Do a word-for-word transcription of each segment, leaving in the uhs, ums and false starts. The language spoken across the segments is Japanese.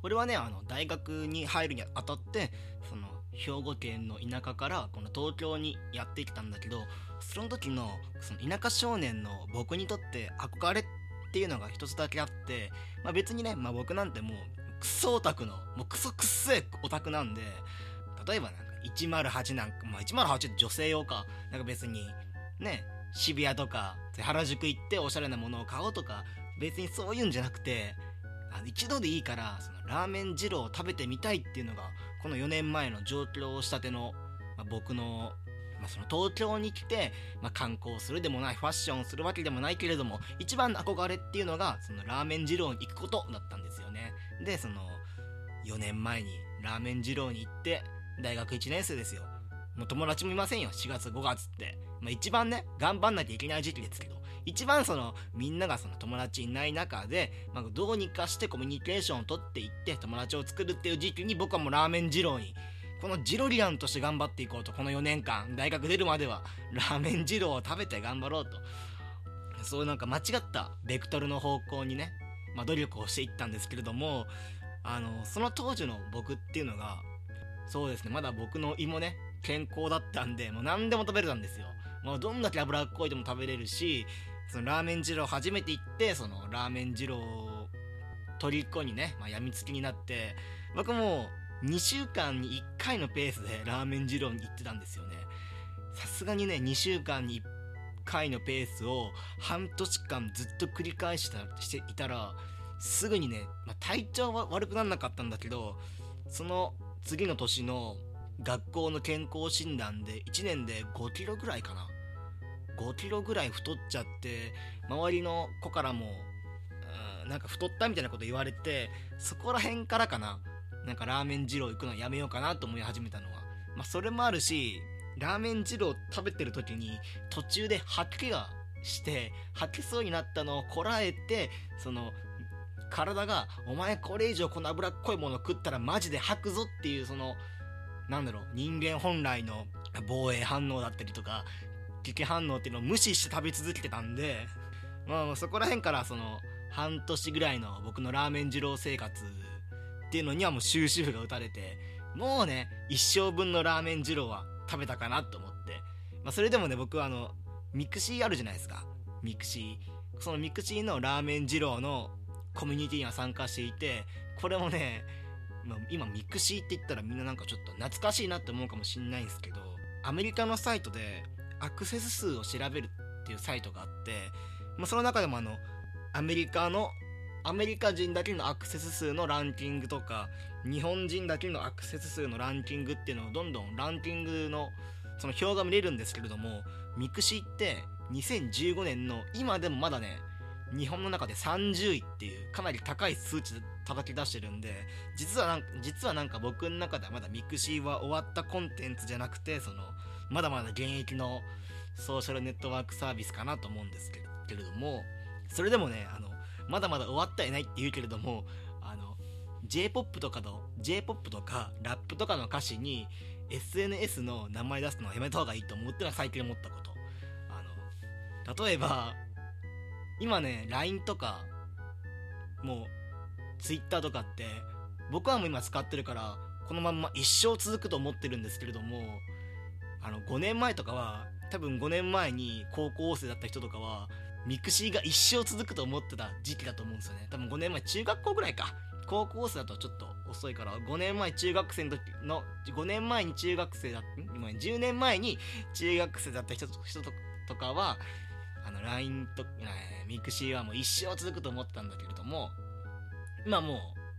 俺はねあの大学に入るにあたってその兵庫県の田舎からこの東京にやってきたんだけど、その時のその田舎少年の僕にとって憧れっていうのが一つだけあって、まあ、別にね、まあ、僕なんてもうクソオタクのもうクソクソえオタクなんで、例えばなんかいちまるはちなんか、まあ、いちまるはちって女性用か、なんか別にね渋谷とか原宿行っておしゃれなものを買おうとか別にそういうんじゃなくて、あの一度でいいからそのラーメン二郎を食べてみたいっていうのがこのよねんまえの上京したての、まあ、僕の、まあ、その東京に来て、まあ、観光するでもないファッションをするわけでもないけれども一番の憧れっていうのがそのラーメン二郎に行くことだったんですよね。でそのよねんまえにラーメン二郎に行って大学いちねん生ですよ。もう友達もいませんよしがつごがつって、まあ、一番ね頑張んなきゃいけない時期ですけど、一番そのみんながその友達いない中で、まあ、どうにかしてコミュニケーションを取っていって友達を作るっていう時期に僕はもうラーメン二郎にこのジロリアンとして頑張っていこうと、このよねんかん大学出るまではラーメン二郎を食べて頑張ろうと、そういうなんか間違ったベクトルの方向にね、まあ、努力をしていったんですけれども、あのその当時の僕っていうのがそうですね、まだ僕の胃もね健康だったんでもう何でも食べれたんですよ。もうどんだけ脂っこいでも食べれるし、そのラーメン二郎初めて行ってそのラーメン二郎虜にね、まあ、病みつきになって僕もうにしゅうかんにいっかいのペースでラーメン二郎に行ってたんですよね。さすがにねにしゅうかんにいっかいのペースを半年間ずっと繰り返したしていたらすぐにね、まあ、体調は悪くならなかったんだけど、その次の年の学校の健康診断でいちねんでごキロぐらいかなごキロぐらい太っちゃって、周りの子からもうんなんか太ったみたいなこと言われて、そこら辺からかな、なんかラーメン二郎行くのやめようかなと思い始めたのは、まあそれもあるし、ラーメン二郎食べてる時に途中で吐き気がして吐きそうになったのをこらえて、その体がお前これ以上この脂っこいもの食ったらマジで吐くぞっていう、そのなんだろう人間本来の防衛反応だったりとか危機反応っていうのを無視して食べ続けてたんで、まあそこら辺からその半年ぐらいの僕のラーメン二郎生活っていうのにはもう終止符が打たれて、もうね一生分のラーメン二郎は食べたかなと思って、まあそれでもね僕はあのミクシーあるじゃないですか、ミクシー、そのミクシーのラーメン二郎のコミュニティには参加していて、これもね、まあ、今ミクシーって言ったらみんななんかちょっと懐かしいなって思うかもしんないんですけど、アメリカのサイトでアクセス数を調べるっていうサイトがあって、まあ、その中でもあのアメリカのアメリカ人だけのアクセス数のランキングとか日本人だけのアクセス数のランキングっていうのをどんどんランキングのその表が見れるんですけれども、ミクシーってにせんじゅうごねんの今でもまだね日本の中でさんじゅういっていうかなり高い数値で叩き出してるんで、実はなんか実はなんか僕の中ではまだミクシーは終わったコンテンツじゃなくて、そのまだまだ現役のソーシャルネットワークサービスかなと思うんですけれども、それでもねあのまだまだ終わってはいないって言うけれども、あの J-ポップ とかの J-ポップ とかラップとかの歌詞に エスエヌエス の名前出すのはやめた方がいいと思ってのは最近思ったこと。あの例えば今ね ライン とかもう Twitter とかって僕はもう今使ってるからこのまんま一生続くと思ってるんですけれども、あのごねんまえとかは多分ごねんまえに高校生だった人とかはミクシーが一生続くと思ってた時期だと思うんですよね。多分ごねんまえ中学校ぐらいか、高校生だとちょっと遅いからごねんまえ中学生の時のごねんまえに中学生だんじゅうねんまえに中学生だった人と人とかはあの ライン と、えー、ミクシーはもう一生続くと思ってたんだけれども、今もう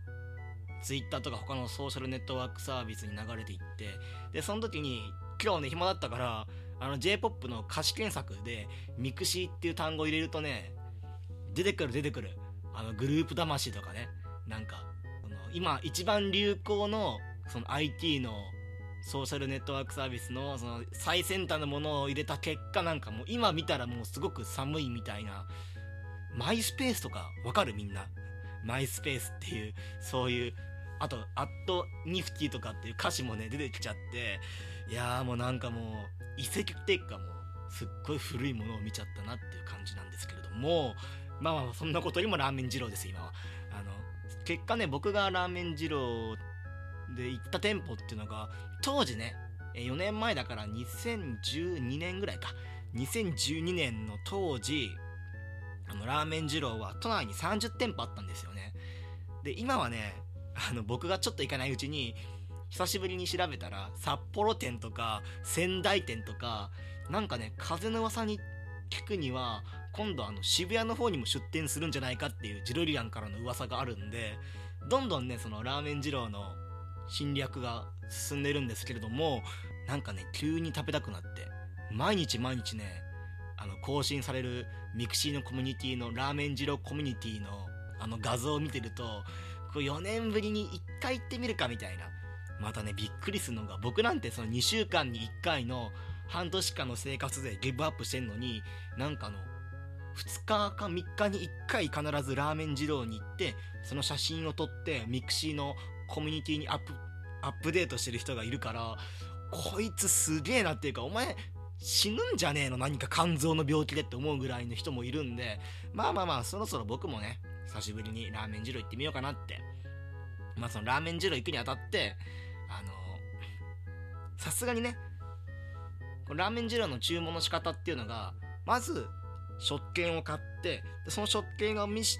Twitter とか他のソーシャルネットワークサービスに流れていって、でその時に今日ね暇だったからあの J-ポップ の歌詞検索でミクシーっていう単語を入れるとね出てくる出てくるあのグループ魂とかね、なんかその今一番流行のその アイティー のソーシャルネットワークサービスのその最先端のものを入れた結果、なんかもう今見たらもうすごく寒いみたいな、マイスペースとかわかるみんな、マイスペースっていうそういう、あとアットニフティとかっていう歌詞もね出てきちゃって、いやーもうなんかもう遺跡っていうかもうすっごい古いものを見ちゃったなっていう感じなんですけれども、まあまあそんなことよりもラーメン二郎です今は。あの結果ね、僕がラーメン二郎で行った店舗っていうのが当時ね、よねんまえだからにせんじゅうにねんぐらいか、にせんじゅうにねんの当時、あのラーメン二郎は都内にさんじゅってんぽあったんですよね。で今はね、あの僕がちょっと行かないうちに久しぶりに調べたら、札幌店とか仙台店とか、なんかね、風の噂に聞くには今度あの渋谷の方にも出店するんじゃないかっていうジロリアンからの噂があるんで、どんどんね、そのラーメン二郎の侵略が進んでるんですけれども、なんかね、急に食べたくなって、毎日毎日ね、あの更新されるミクシーのコミュニティのラーメン二郎コミュニティのあの画像を見てると、こうよねんぶりにいっかい行ってみるかみたいな。またね、びっくりするのが、僕なんてそのにしゅうかんにいっかいの半年間の生活でギブアップしてんのに、なんかあのふつかかみっかにいっかい必ずラーメン二郎に行って、その写真を撮ってミクシーのコミュニティにアップアップデートしてる人がいるから、こいつすげえなっていうか、お前死ぬんじゃねえの、何か肝臓の病気でって思うぐらいの人もいるんで、まあまあまあ、そろそろ僕もね、久しぶりにラーメン二郎行ってみようかなって。まあそのラーメン二郎行くにあたって、あのさすがにね、ラーメン二郎の注文の仕方っていうのが、まず食券を買って、でその食券を見して、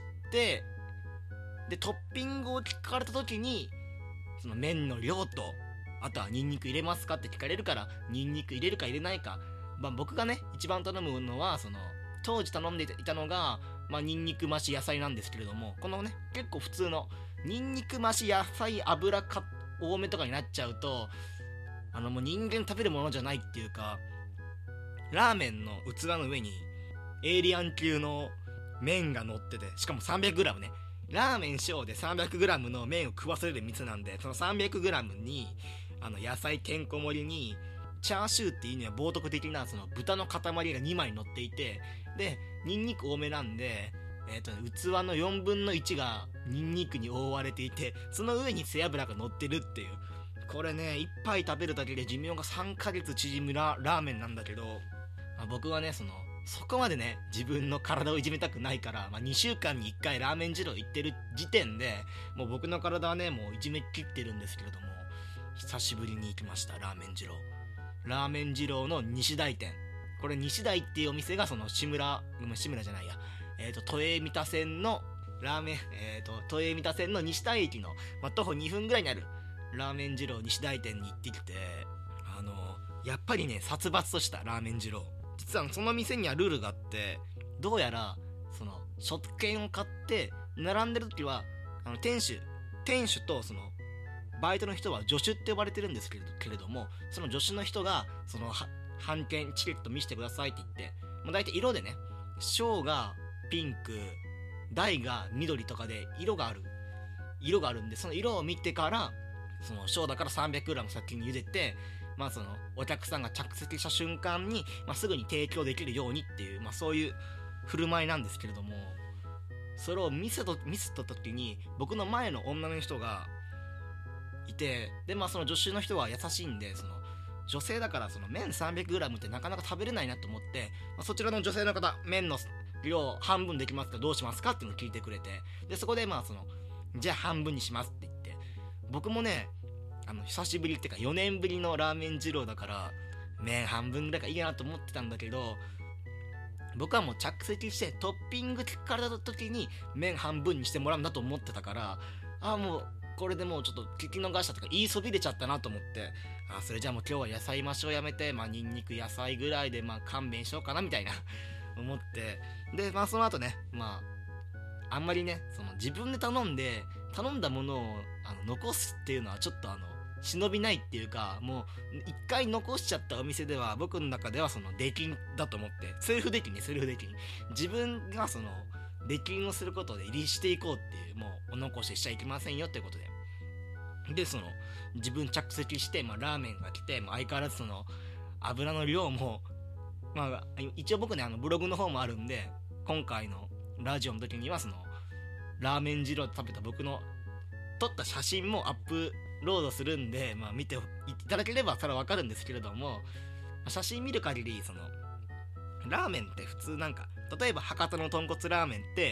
でトッピングを聞かれた時に、その麺の量と、あとはニンニク入れますかって聞かれるから、ニンニク入れるか入れないか、まあ、僕がね一番頼むのは、その当時頼んでいたのが、まあ、ニンニク増し野菜なんですけれども、このね結構普通のニンニク増し野菜油か多めとかになっちゃうと、あのもう人間食べるものじゃないっていうか、ラーメンの器の上にエイリアン級の麺が乗ってて、しかも さんびゃくグラム ね、ラーメン小で さんびゃくグラム の麺を食わせる店なんで、その さんびゃくグラム にあの野菜てんこ盛りにチャーシューっていうには冒涜的なその豚の塊がにまい乗っていて、でニンニク多めなんで、えーと、器のよんぶんのいちがニンニクに覆われていて、その上に背脂が乗ってるっていう、これね一杯食べるだけで寿命がさんかげつ縮む ラ, ラーメンなんだけど、まあ、僕はねそのそこまでね自分の体をいじめたくないから、まあ、にしゅうかんにいっかいラーメン二郎行ってる時点でもう僕の体はねもういじめきってるんですけれども、久しぶりに行きました。ラーメン二郎ラーメン二郎の西台店、これ西台っていうお店がその志村ごめん志村じゃないやえっ、ー、と都営三田線のラーメンえっ、ー、と都営三田線の西台駅の、まあ、徒歩にふんぐらいにあるラーメン二郎西台店に行ってきて、あのやっぱりね殺伐としたラーメン二郎、実はその店にはルールがあって、どうやらその食券を買って並んでる時は、あの店主店主とそのバイトの人は助手って呼ばれてるんですけれ ど, けれどもその助手の人がその半券チケット見せてくださいって言って、まあ、大体色でね、小がピンク、大が緑とかで色がある色があるんで、その色を見てからその小だから さんびゃくグラム 先に茹でて、まあそのお客さんが着席した瞬間に、まあ、すぐに提供できるようにっていう、まあ、そういう振る舞いなんですけれども、それを見せと見せた時に僕の前の女の人がいて、でまあその助手の人は優しいんで、その女性だからその麺 さんびゃくグラム ってなかなか食べれないなと思って、まあ、そちらの女性の方、麺の量半分できますかどうしますかっていうのを聞いてくれて、でそこでまあそのじゃあ半分にしますって言って、僕もねあの久しぶりってかよねんぶりのラーメン二郎だから麺半分ぐらいがいいなと思ってたんだけど、僕はもう着席してトッピング聞かれた時に麺半分にしてもらうんだと思ってたから、ああもうこれでもうちょっと聞き逃したとか言いそびれちゃったなと思って、あそれじゃあもう今日は野菜増しをやめて、まあニンニク野菜ぐらいでまあ勘弁しようかなみたいな思って、でまあその後ね、まああんまりねその自分で頼んで頼んだものをあの残すっていうのはちょっとあの忍びないっていうか、もう一回残しちゃったお店では僕の中ではその出禁だと思って、セルフ出禁ねセルフ出禁、自分がその出禁をすることで律していこうっていう、もうお残ししちゃいけませんよっていうことで、でその自分着席して、まあ、ラーメンが来て、まあ、相変わらずその油の量も、まあ、一応僕ねあのブログの方もあるんで、今回のラジオの時にはそのラーメン二郎で食べた僕の撮った写真もアップロードするんで、まあ、見ていただければそれはわかるんですけれども、写真見る限りそのラーメンって普通なんか、例えば博多の豚骨ラーメンって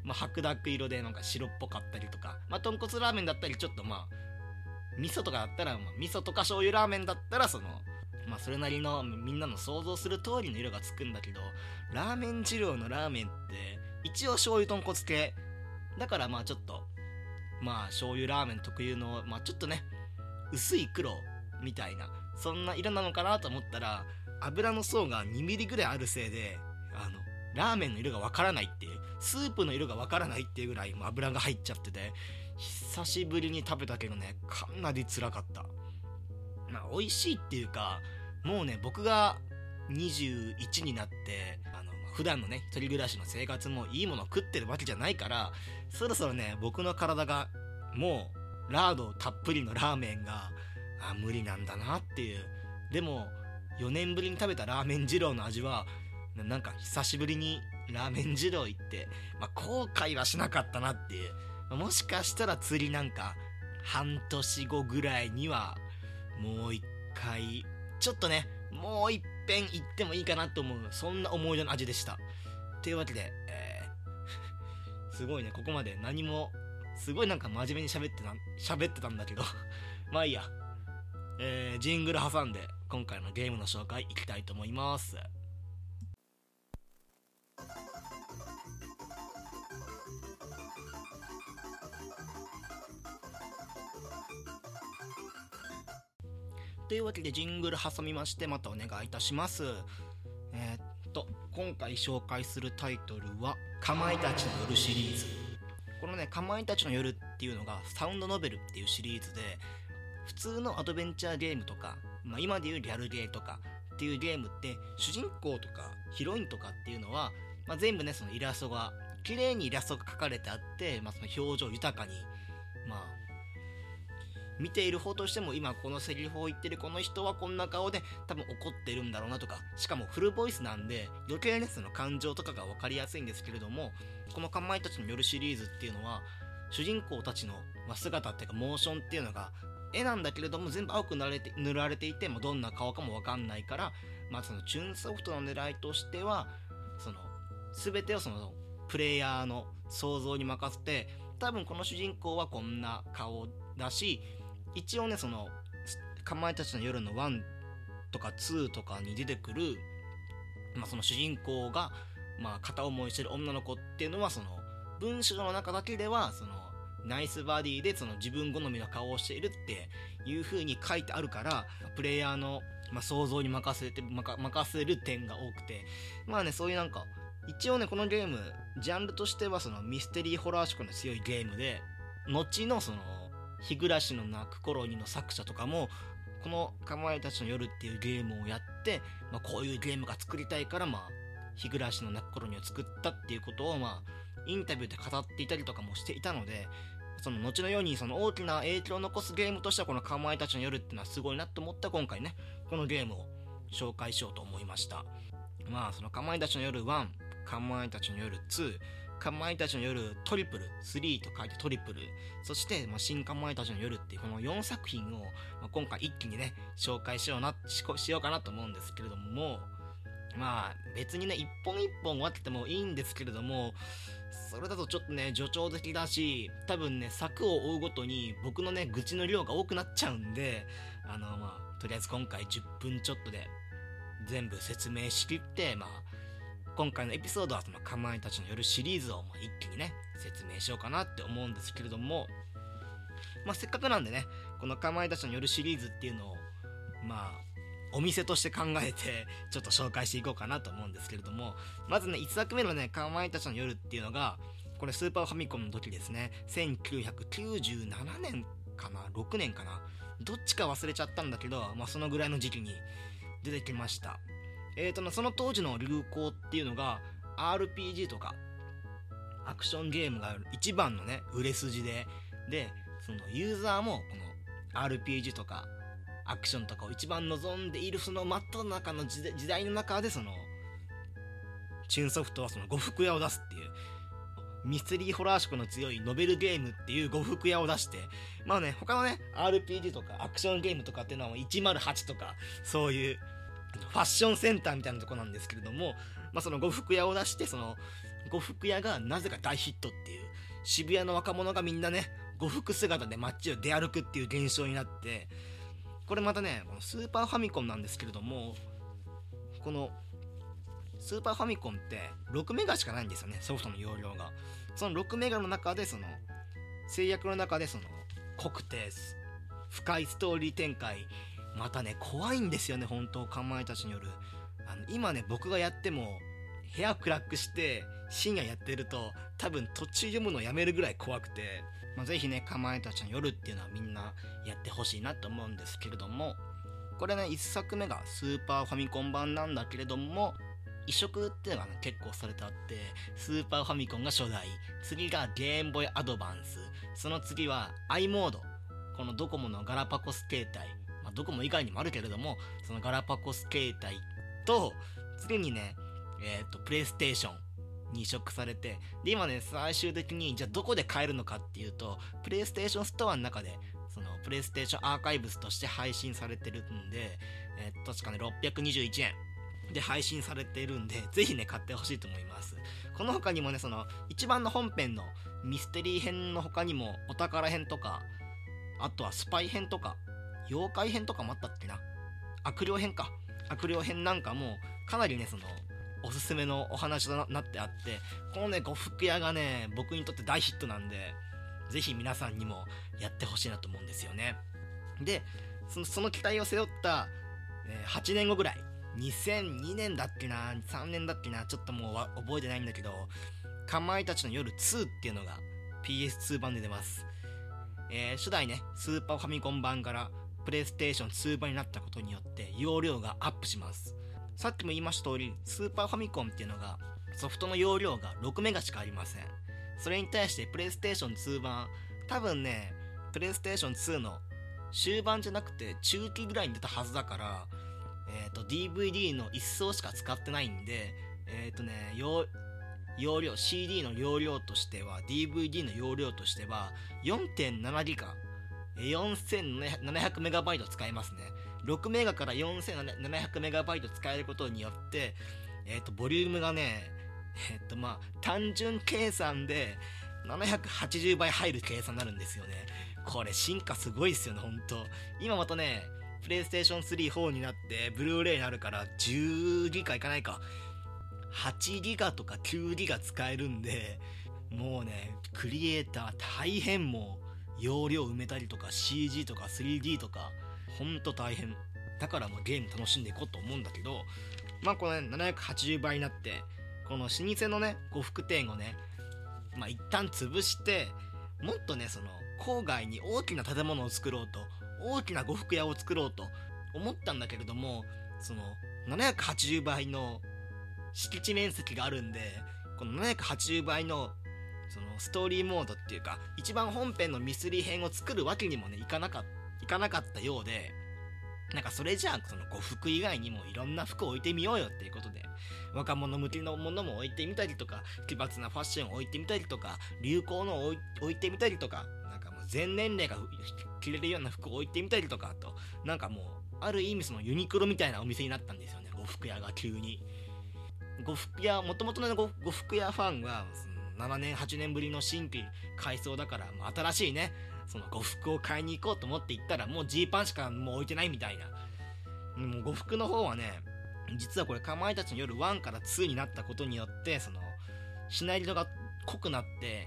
まあ、白濁色でなんか白っぽかったりとか、まあ、豚骨ラーメンだったりちょっとまあ味噌とかだったら、まあ、味噌とか醤油ラーメンだったらそのまあそれなりのみんなの想像する通りの色がつくんだけど、ラーメン二郎のラーメンって一応醤油豚骨系だから、まあちょっとまあ醤油ラーメン特有のまあちょっとね薄い黒みたいなそんな色なのかなと思ったら、油の層がにミリぐらいあるせいであのラーメンの色がわからないっていう、スープの色がわからないっていうぐらい油が入っちゃってて、久しぶりに食べたけどね、かなり辛かった。まあ美味しいっていうか、もうね僕がにじゅういちになってあの普段のね一人暮らしの生活もいいものを食ってるわけじゃないから、そろそろね僕の体がもうラードたっぷりのラーメンがあ無理なんだなっていう。でもよねんぶりに食べたラーメン二郎の味はなんか久しぶりにラーメン二郎行って、まあ、後悔はしなかったなっていう。もしかしたら次なんか半年後ぐらいにはもう一回ちょっとねもう一遍行ってもいいかなと思う、そんな思い出の味でした。というわけで、えー、すごいねここまで何もすごいなんか真面目に喋ってた喋ってたんだけどまあいいや、えー、ジングル挟んで今回のゲームの紹介いきたいと思います。というわけでジングル挟みましてまたお願いいたします。えー、っと今回紹介するタイトルはかまいたちの夜シリーズ。このねかまいたちの夜っていうのがサウンドノベルっていうシリーズで、普通のアドベンチャーゲームとか、まあ、今でいうリアルゲーとかっていうゲームって主人公とかヒロインとかっていうのは、まあ、全部ねそのイラストが綺麗にイラストが描かれてあって、まあ、その表情豊かにまあ見ている方としても今このセリフを言ってるこの人はこんな顔で多分怒ってるんだろうなとか、しかもフルボイスなんで余計ねその感情とかが分かりやすいんですけれども、このかまいたちの夜シリーズっていうのは主人公たちの姿っていうかモーションっていうのが絵なんだけれども全部青く塗られて塗られていてもどんな顔かも分かんないから、まあそのチューンソフトの狙いとしてはその全てをそのプレイヤーの想像に任せて、多分この主人公はこんな顔だし、一応ねそのかまいたちの夜のワンとかツーとかに出てくる、まあ、その主人公がまあ片思いしてる女の子っていうのはその文章の中だけではそのナイスバディでその自分好みの顔をしているっていう風に書いてあるから、プレイヤーのまあ想像に任せて任せる点が多くて、まあねそういうなんか一応ねこのゲームジャンルとしてはそのミステリーホラー色の強いゲームで、後のその日暮らしの泣く頃にの作者とかもこのかまいたちの夜っていうゲームをやって、まあ、こういうゲームが作りたいからまあ日暮らしの泣く頃にを作ったっていうことをまあインタビューで語っていたりとかもしていたので、その後のようにその大きな影響を残すゲームとしてはこのかまいたちの夜っていうのはすごいなと思った今回ねこのゲームを紹介しようと思いました。まあそのかまいたちの夜ワン、かまいたちの夜ツー、かまいたちの夜トリプル、スリーと書いてトリプル、そして、まあ、新かまいたちの夜っていうこのよんさく品を、まあ、今回一気にね紹介しようなししようかなと思うんですけれども、まあ別にね一本一本分けてもいいんですけれども、それだとちょっとね助長的だし、多分ね作を追うごとに僕のね愚痴の量が多くなっちゃうんで、あのまあとりあえず今回じゅっぷんちょっとで全部説明しきって、まあ今回のエピソードはそのかまいたちの夜シリーズを一気にね説明しようかなって思うんですけれども、まあせっかくなんでねこのかまいたちの夜シリーズっていうのをまあお店として考えてちょっと紹介していこうかなと思うんですけれども、まずねいちさくめのねかまいたちの夜っていうのがこれスーパーファミコンの時ですね、せんきゅうひゃくきゅうじゅうななねんかなろくねんかな、どっちか忘れちゃったんだけど、まあそのぐらいの時期に出てきました。えーとその当時の流行っていうのが アールピージー とかアクションゲームが一番のね売れ筋で、でそのユーザーもこの アールピージー とかアクションとかを一番望んでいるその真っ只中の時代の中で、そのチューンソフトはその呉服屋を出すっていうミステリーホラー色の強いノベルゲームっていう呉服屋を出して、まあね他のね アールピージー とかアクションゲームとかっていうのはいちまるはちとかそういうファッションセンターみたいなとこなんですけれども、まあ、その呉服屋を出してその呉服屋がなぜか大ヒットっていう、渋谷の若者がみんなね呉服姿で街を出歩くっていう現象になって、これまたねこのスーパーファミコンなんですけれども、このスーパーファミコンってろくメガしかないんですよね、ソフトの容量が。そのろくメガの中でその制約の中でその濃くて深いストーリー展開、またね怖いんですよね本当、かまいたちによる。あの今ね僕がやっても部屋暗くして深夜やってると多分途中読むのやめるぐらい怖くて、まあ、ぜひねかまいたちの夜っていうのはみんなやってほしいなと思うんですけれども、これねいっさくめがスーパーファミコン版なんだけれども、移植っていうのが、ね、結構されてあって、スーパーファミコンが初代、次がゲームボーイアドバンス、その次は i モード、このドコモのガラパゴス携帯、まあ、ドコモ以外にもあるけれどもそのガラパゴス携帯と、次にねえっとプレイステーションに移植されて、で今ね最終的にじゃあどこで買えるのかっていうと、プレイステーションストアの中でそのプレイステーションアーカイブスとして配信されてるんで、えー、確かねろっぴゃくにじゅういちえんで配信されているんで、ぜひね買ってほしいと思います。この他にもねその一番の本編のミステリー編の他にもお宝編とか、あとはスパイ編とか妖怪編とかもあったっけな、悪霊編か、悪霊編なんかもかなりねそのおすすめのお話となってあって、このね呉服屋がね僕にとって大ヒットなんで、ぜひ皆さんにもやってほしいなと思うんですよね。でその、その期待を背負った、えー、はちねんごぐらい、にせんにねんだっけなさんねんだっけな、ちょっともう覚えてないんだけど、かまいたちの夜ツーっていうのが ピーエスツー 版で出ます。えー、初代ねスーパーファミコン版からプレイステーションツー版になったことによって容量がアップします。さっきも言いました通り、スーパーファミコンっていうのがソフトの容量がろくメガしかありません。それに対してプレイステーションツー版、多分ねプレイステーションツーの終盤じゃなくて中期ぐらいに出たはずだから、えーと ディーブイディー の一層しか使ってないんで、えっ、ー、とね容容量 シーディー の容量としては ディーブイディー の容量としては よんてんななギガ よんせんななひゃくメガバイト使えますね。ろくメガからよんせんななひゃくメガバイト使えることによって、えっ、ー、とボリュームがねえっ、ー、とまあ単純計算でななひゃくはちじゅうばい入る計算になるんですよね。これ進化すごいっすよねほんと。今またねプレイステーションスリー、フォーになってブルーレイになるからじゅうギガいかないか、はちギガとかきゅうギガ使えるんで、もうねクリエイター大変、もう容量埋めたりとか シージー とか スリーディー とかほんと大変だから、もうゲーム楽しんでいこうと思うんだけど、まあこの、ね、ななひゃくはちじゅうばいになってこの老舗のね呉服店をねまあ一旦潰して、もっとねその郊外に大きな建物を作ろうと、大きな呉服屋を作ろうと思ったんだけれども、そのななひゃくはちじゅうばいの敷地面積があるんで、このななひゃくはちじゅうばいのそのストーリーモードっていうか一番本編のミステリー編を作るわけにもねいかなかったいかなかったようで、なんかそれじゃあその呉服以外にもいろんな服を置いてみようよっていうことで、若者向けのものも置いてみたりとか、奇抜なファッションを置いてみたりとか、流行のを置いてみたりとか、なんかもう全年齢が着れるような服を置いてみたりとかと、なんかもうある意味そのユニクロみたいなお店になったんですよね、呉服屋が急に。呉服屋、もともとの呉服屋ファンはななねんはちねんぶりの新規改装だから、まあ、新しいねその呉服を買いに行こうと思って行ったら、もうジーパンしかもう置いてないみたいな。もう呉服の方はね、実はこれかまいたちの夜ワンからツーになったことによって、そのシナリオが濃くなって、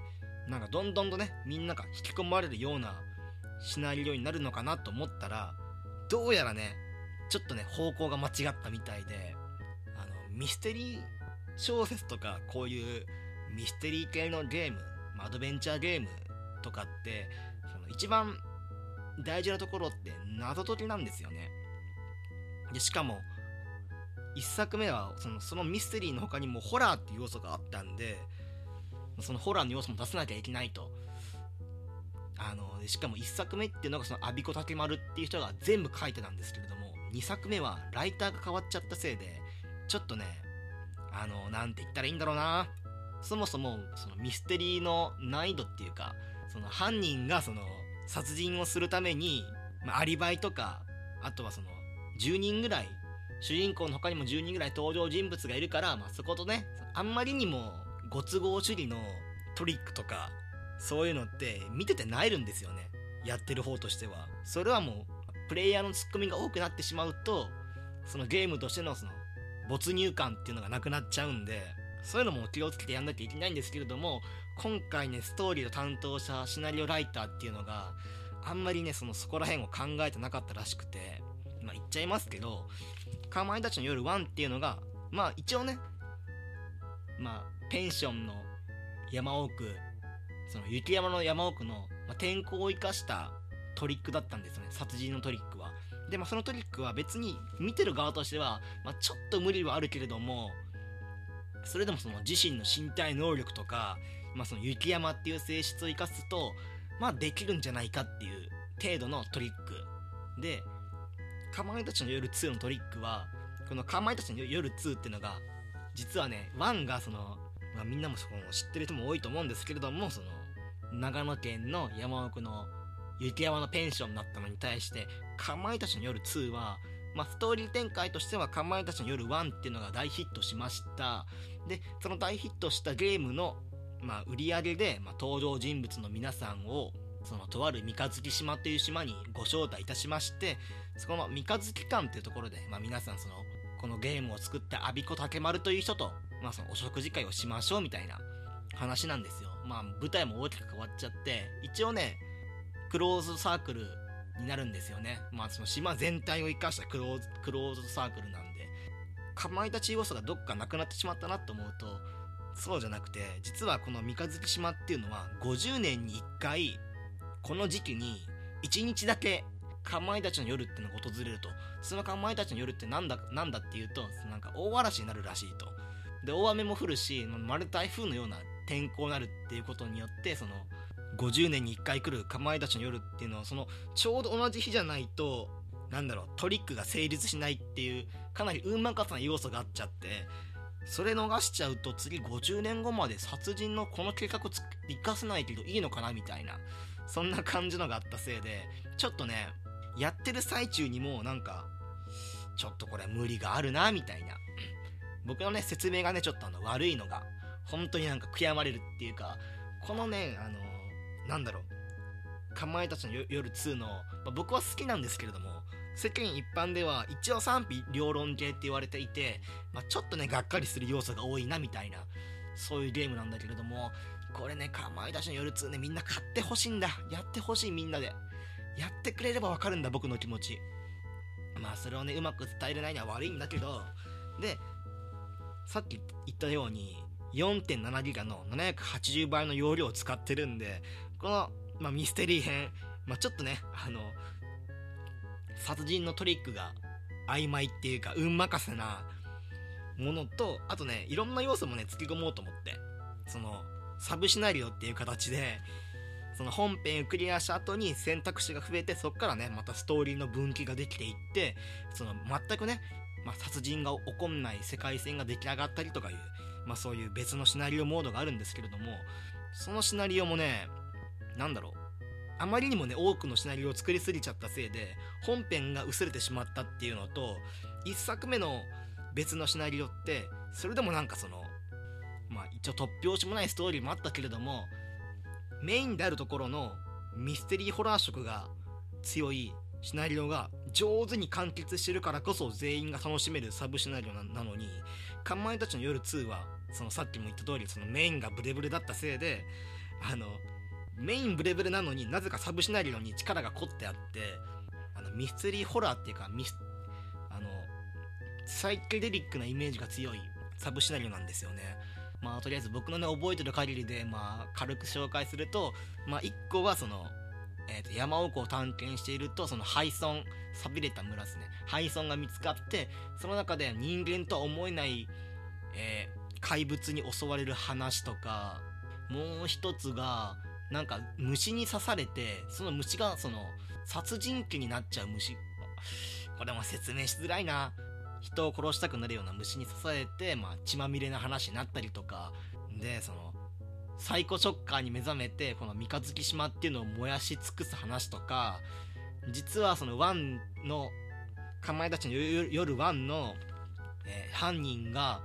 なんかどんどんとねみんなが引き込まれるようなシナリオになるのかなと思ったら、どうやらねちょっとね方向が間違ったみたいで、あのミステリー小説とかこういうミステリー系のゲーム、アドベンチャーゲームとかってその一番大事なところって謎解きなんですよね。でしかもいっさくめはそのそのミステリーの他にもホラーっていう要素があったんで、そのホラーの要素も出さなきゃいけないと。あのしかもいっさくめっていうのがそのアビコタケマルっていう人が全部書いてたんですけれども、にさくめはライターが変わっちゃったせいでちょっとねあのなんて言ったらいいんだろうな、そもそもそのミステリーの難易度っていうか、その犯人がその殺人をするために、まあ、アリバイとか、あとはそのじゅうにんぐらい、主人公の他にもじゅうにんぐらい登場人物がいるから、まあ、そことねあんまりにもご都合主義のトリックとかそういうのって見てて萎えるんですよね、やってる方としては。それはもうプレイヤーのツッコミが多くなってしまうと、そのゲームとしてのその没入感っていうのがなくなっちゃうんで、そういうのも気をつけてやんなきゃいけないんですけれども、今回ねストーリーを担当したシナリオライターっていうのがあんまりねそのそこら辺を考えてなかったらしくて、まあ言っちゃいますけど、かまいたちの夜ワンっていうのがまあ一応ね、まあペンションの山奥、その雪山の山奥の、まあ、天候を生かしたトリックだったんですよね、殺人のトリックは。でまあそのトリックは別に見てる側としては、まあ、ちょっと無理はあるけれども、それでもその自身の身体能力とか、まあ、その雪山っていう性質を生かすとまあできるんじゃないかっていう程度のトリックで、かまいたちの夜ツーのトリックは、このかまいたちの夜ツーっていうのが実はねワンがその、まあ、みんなもその知ってる人も多いと思うんですけれども、その長野県の山奥の雪山のペンションだったのに対して、かまいたちの夜ツーは、まあ、ストーリー展開としてはかまいたちの夜ワンっていうのが大ヒットしました。でその大ヒットしたゲームの、まあ、売り上げで、まあ、登場人物の皆さんをそのとある三日月島という島にご招待いたしまして、そこの三日月館というところで、まあ、皆さんそのこのゲームを作ったアビコ竹丸という人と、まあ、そのお食事会をしましょうみたいな話なんですよ。まあ舞台も大きく変わっちゃって、一応ねクローズドサークルになるんですよね。まあその島全体を生かしたクローズクローズドサークルなんで、かまいたち要素がどっかなくなってしまったなと思うと、そうじゃなくて、実はこの三日月島っていうのはごじゅうねんにいっかいこの時期にいちにちだけかまいたちの夜ってのが訪れると。そのかまいたちの夜ってなんだなんだっていうと、なんか大嵐になるらしいと。で大雨も降るし、まるで台風のような天候になるっていうことによって、そのごじゅうねんにいっかい来るかまいたちの夜っていうのは、そのちょうど同じ日じゃないとなんだろうトリックが成立しないっていう、かなり運任せな要素があっちゃって、それ逃しちゃうと次ごじゅうねんごまで殺人のこの計画を生かせないけどいいのかなみたいな、そんな感じのがあったせいで、ちょっとねやってる最中にもなんかちょっとこれ無理があるなみたいな、僕のね説明がねちょっとあの悪いのが本当になんか悔やまれるっていうか、このねあのなんだろうかまいたちの夜ツーの、まあ、僕は好きなんですけれども、世間一般では一応賛否両論系って言われていて、まあ、ちょっとねがっかりする要素が多いなみたいな、そういうゲームなんだけれども、これねかまいたちの夜ツーねみんな買ってほしいんだ、やってほしい、みんなでやってくれればわかるんだ僕の気持ち。まあそれをねうまく伝えれないのは悪いんだけど、でさっき言ったように よんてんななギガのななひゃくはちじゅうばいの容量を使ってるんで、この、まあ、ミステリー編、まあ、ちょっとねあの殺人のトリックが曖昧っていうか運任せなものと、あとねいろんな要素もね突き込もうと思って、そのサブシナリオっていう形でその本編をクリアした後に選択肢が増えて、そっからねまたストーリーの分岐ができていって、その全くね、まあ、殺人が起こんない世界線が出来上がったりとかいう、まあ、そういう別のシナリオモードがあるんですけれども、そのシナリオもねなんだろうあまりにもね多くのシナリオを作りすぎちゃったせいで本編が薄れてしまったっていうのと、いっさくめの別のシナリオってそれでもなんかそのまあ一応突拍子もないストーリーもあったけれども、メインであるところのミステリーホラー色が強いシナリオが上手に完結してるからこそ全員が楽しめるサブシナリオ な, なのに、かまいたちの夜ツーはそのさっきも言った通りそのメインがブレブレだったせいで、あのメインブレブレなのになぜかサブシナリオに力が凝ってあって、あのミステリーホラーっていうかミスあのサイケデリックなイメージが強いサブシナリオなんですよね。まあとりあえず僕のね覚えてる限りでまあ軽く紹介すると、まあいっこはその、えー、と山奥を探検していると、その廃村、寂れた村ですね、廃村が見つかって、その中で人間とは思えない、えー、怪物に襲われる話とか、もう一つがなんか虫に刺されて、その虫がその殺人鬼になっちゃう虫、これも説明しづらいな、人を殺したくなるような虫に刺されて、まあ、血まみれな話になったりとかで、そのサイコショッカーに目覚めてこの三日月島っていうのを燃やし尽くす話とか、実はそのワンのかまいたちの夜ワンの、えー、犯人が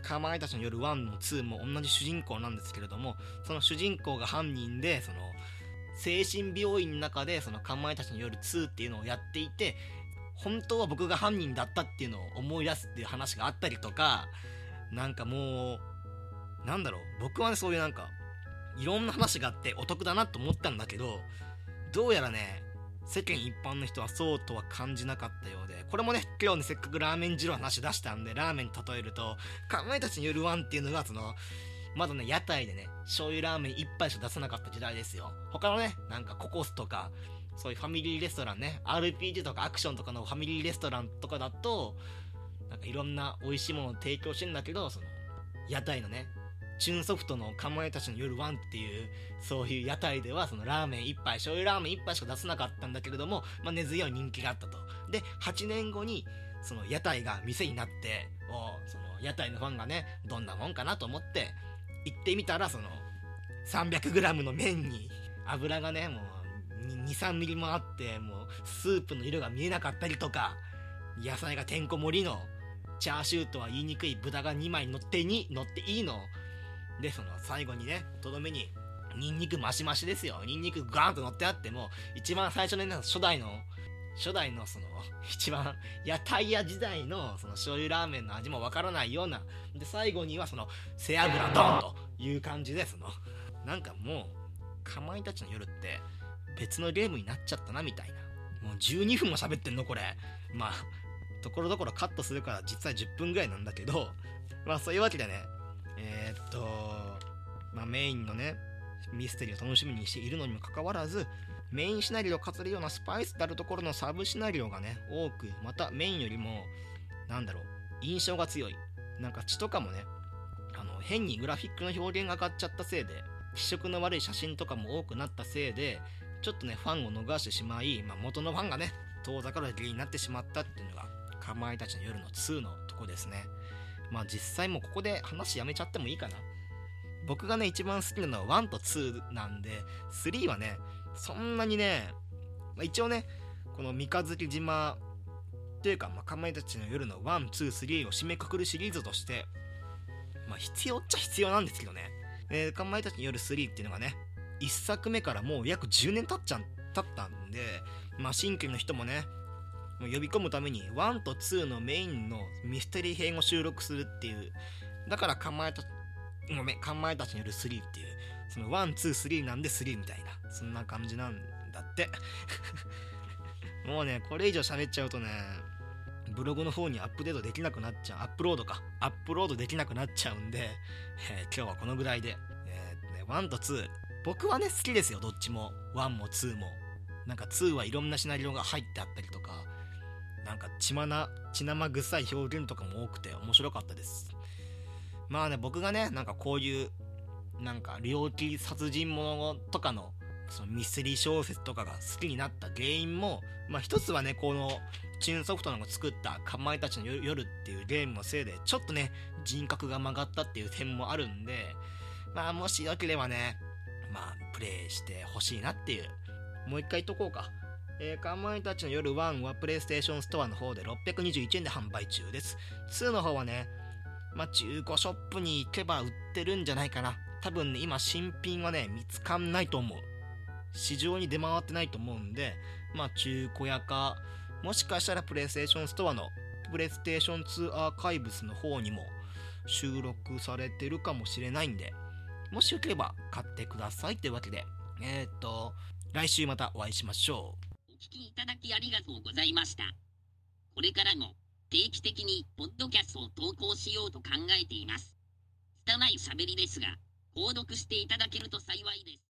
かまいたちの夜ワンもツーも同じ主人公なんですけれども、その主人公が犯人で、その精神病院の中でそのかまいたちの夜ツーっていうのをやっていて、本当は僕が犯人だったっていうのを思い出すっていう話があったりとか、なんかもうなんだろう、僕はねそういうなんかいろんな話があってお得だなと思ったんだけど、どうやらね世間一般の人はそうとは感じなかったようで、これもね今日ねせっかくラーメン二郎の話出したんでラーメンに例えると、かまいたちの夜ワンっていうのがそのまだね屋台でね醤油ラーメン一杯しか出さなかった時代ですよ。他のねなんかココスとかそういうファミリーレストランね アールピージー とかアクションとかのファミリーレストランとかだとなんかいろんな美味しいものを提供してんだけど、その屋台のねチューンソフトのかまいたちの夜ワンっていうそういう屋台ではそのラーメン一杯醤油ラーメン一杯しか出せなかったんだけれども、まあ、根強い人気があったと。ではちねんごにその屋台が店になって、おその屋台のファンがねどんなもんかなと思って行ってみたら、その さんびゃくグラム の麺に油がねもう にさんミリもあって、もうスープの色が見えなかったりとか、野菜がてんこ盛りのチャーシューとは言いにくい豚がにまい乗ってに乗っていいので、その最後にねとどめにニンニクマシマシですよ。ニンニクガーンと乗ってあっても、一番最初のね初代の初代のその一番屋台屋時代のその醤油ラーメンの味もわからないようなで、最後にはその背脂ドンという感じで、そのなんかもうかまいたちの夜って別のゲームになっちゃったなみたいな。もうじゅうにふんも喋ってんのこれ。まあところどころカットするから実際じゅっぷんぐらいなんだけど、まあそういうわけでねえー、っとまあメインのねミステリーを楽しみにしているのにもかかわらず、メインシナリオを飾るようなスパイスであるところのサブシナリオがね多く、またメインよりもなんだろう印象が強い、なんか血とかもねあの変にグラフィックの表現が上がっちゃったせいで気色の悪い写真とかも多くなったせいで、ちょっとねファンを逃してしまい、まあ、元のファンがね遠ざかる原因になってしまったっていうのがかまいたちの夜のツーのとこですね。まあ実際もうここで話やめちゃってもいいかな。僕がね一番好きなのはワンとツーなんで、スリーはねそんなにね、まあ、一応ねこの三日月島というか、まあ、かまいたちの夜のワン、ツー、スリーを締めくくるシリーズとしてまあ必要っちゃ必要なんですけどね。でかまいたちの夜スリーっていうのがねいっさくめからもう約じゅうねん経っちゃ経ったんで、まあ新規の人もねもう呼び込むためにワンとツーのメインのミステリー編を収録するっていう、だからかまいたごめんかまいたちの夜スリーっていう、そのワン、ツー、スリーなんでスリーみたいな、そんな感じなんだってもうねこれ以上喋っちゃうとねブログの方にアップデートできなくなっちゃう、アップロードかアップロードできなくなっちゃうんで、えー、今日はこのぐらいで、えーね、ワンとツー僕はね好きですよ、どっちも。ワンもツーもなんかツーはいろんなシナリオが入ってあったりとか、なんか血まな血生臭い表現とかも多くて面白かったです。まあね僕がねなんかこういうなんか猟奇殺人ものとかのそのミステリー小説とかが好きになった原因も、まあ一つはねこのチューンソフトのが作ったかまいたちの夜っていうゲームのせいでちょっとね人格が曲がったっていう点もあるんで、まあもしよければねまあプレイしてほしいなっていう。もう一回言っとこうか。えー、かまいたちの夜ワンはプレイステーションストアの方でろっぴゃくにじゅういちえんで販売中です。ツーの方はねまあ中古ショップに行けば売ってるんじゃないかな。多分ね今新品はね見つかんないと思う。市場に出回ってないと思うんで、まあ中古屋かもしかしたらプレイステーションストアのプレイステーションツーアーカイブスの方にも収録されてるかもしれないんで、もしよければ買ってくださいというわけで、えー、っと来週またお会いしましょう。 お聞きいただきありがとうございました。これからも定期的にポッドキャストを投稿しようと考えています。拙い喋りですが購読していただけると幸いです。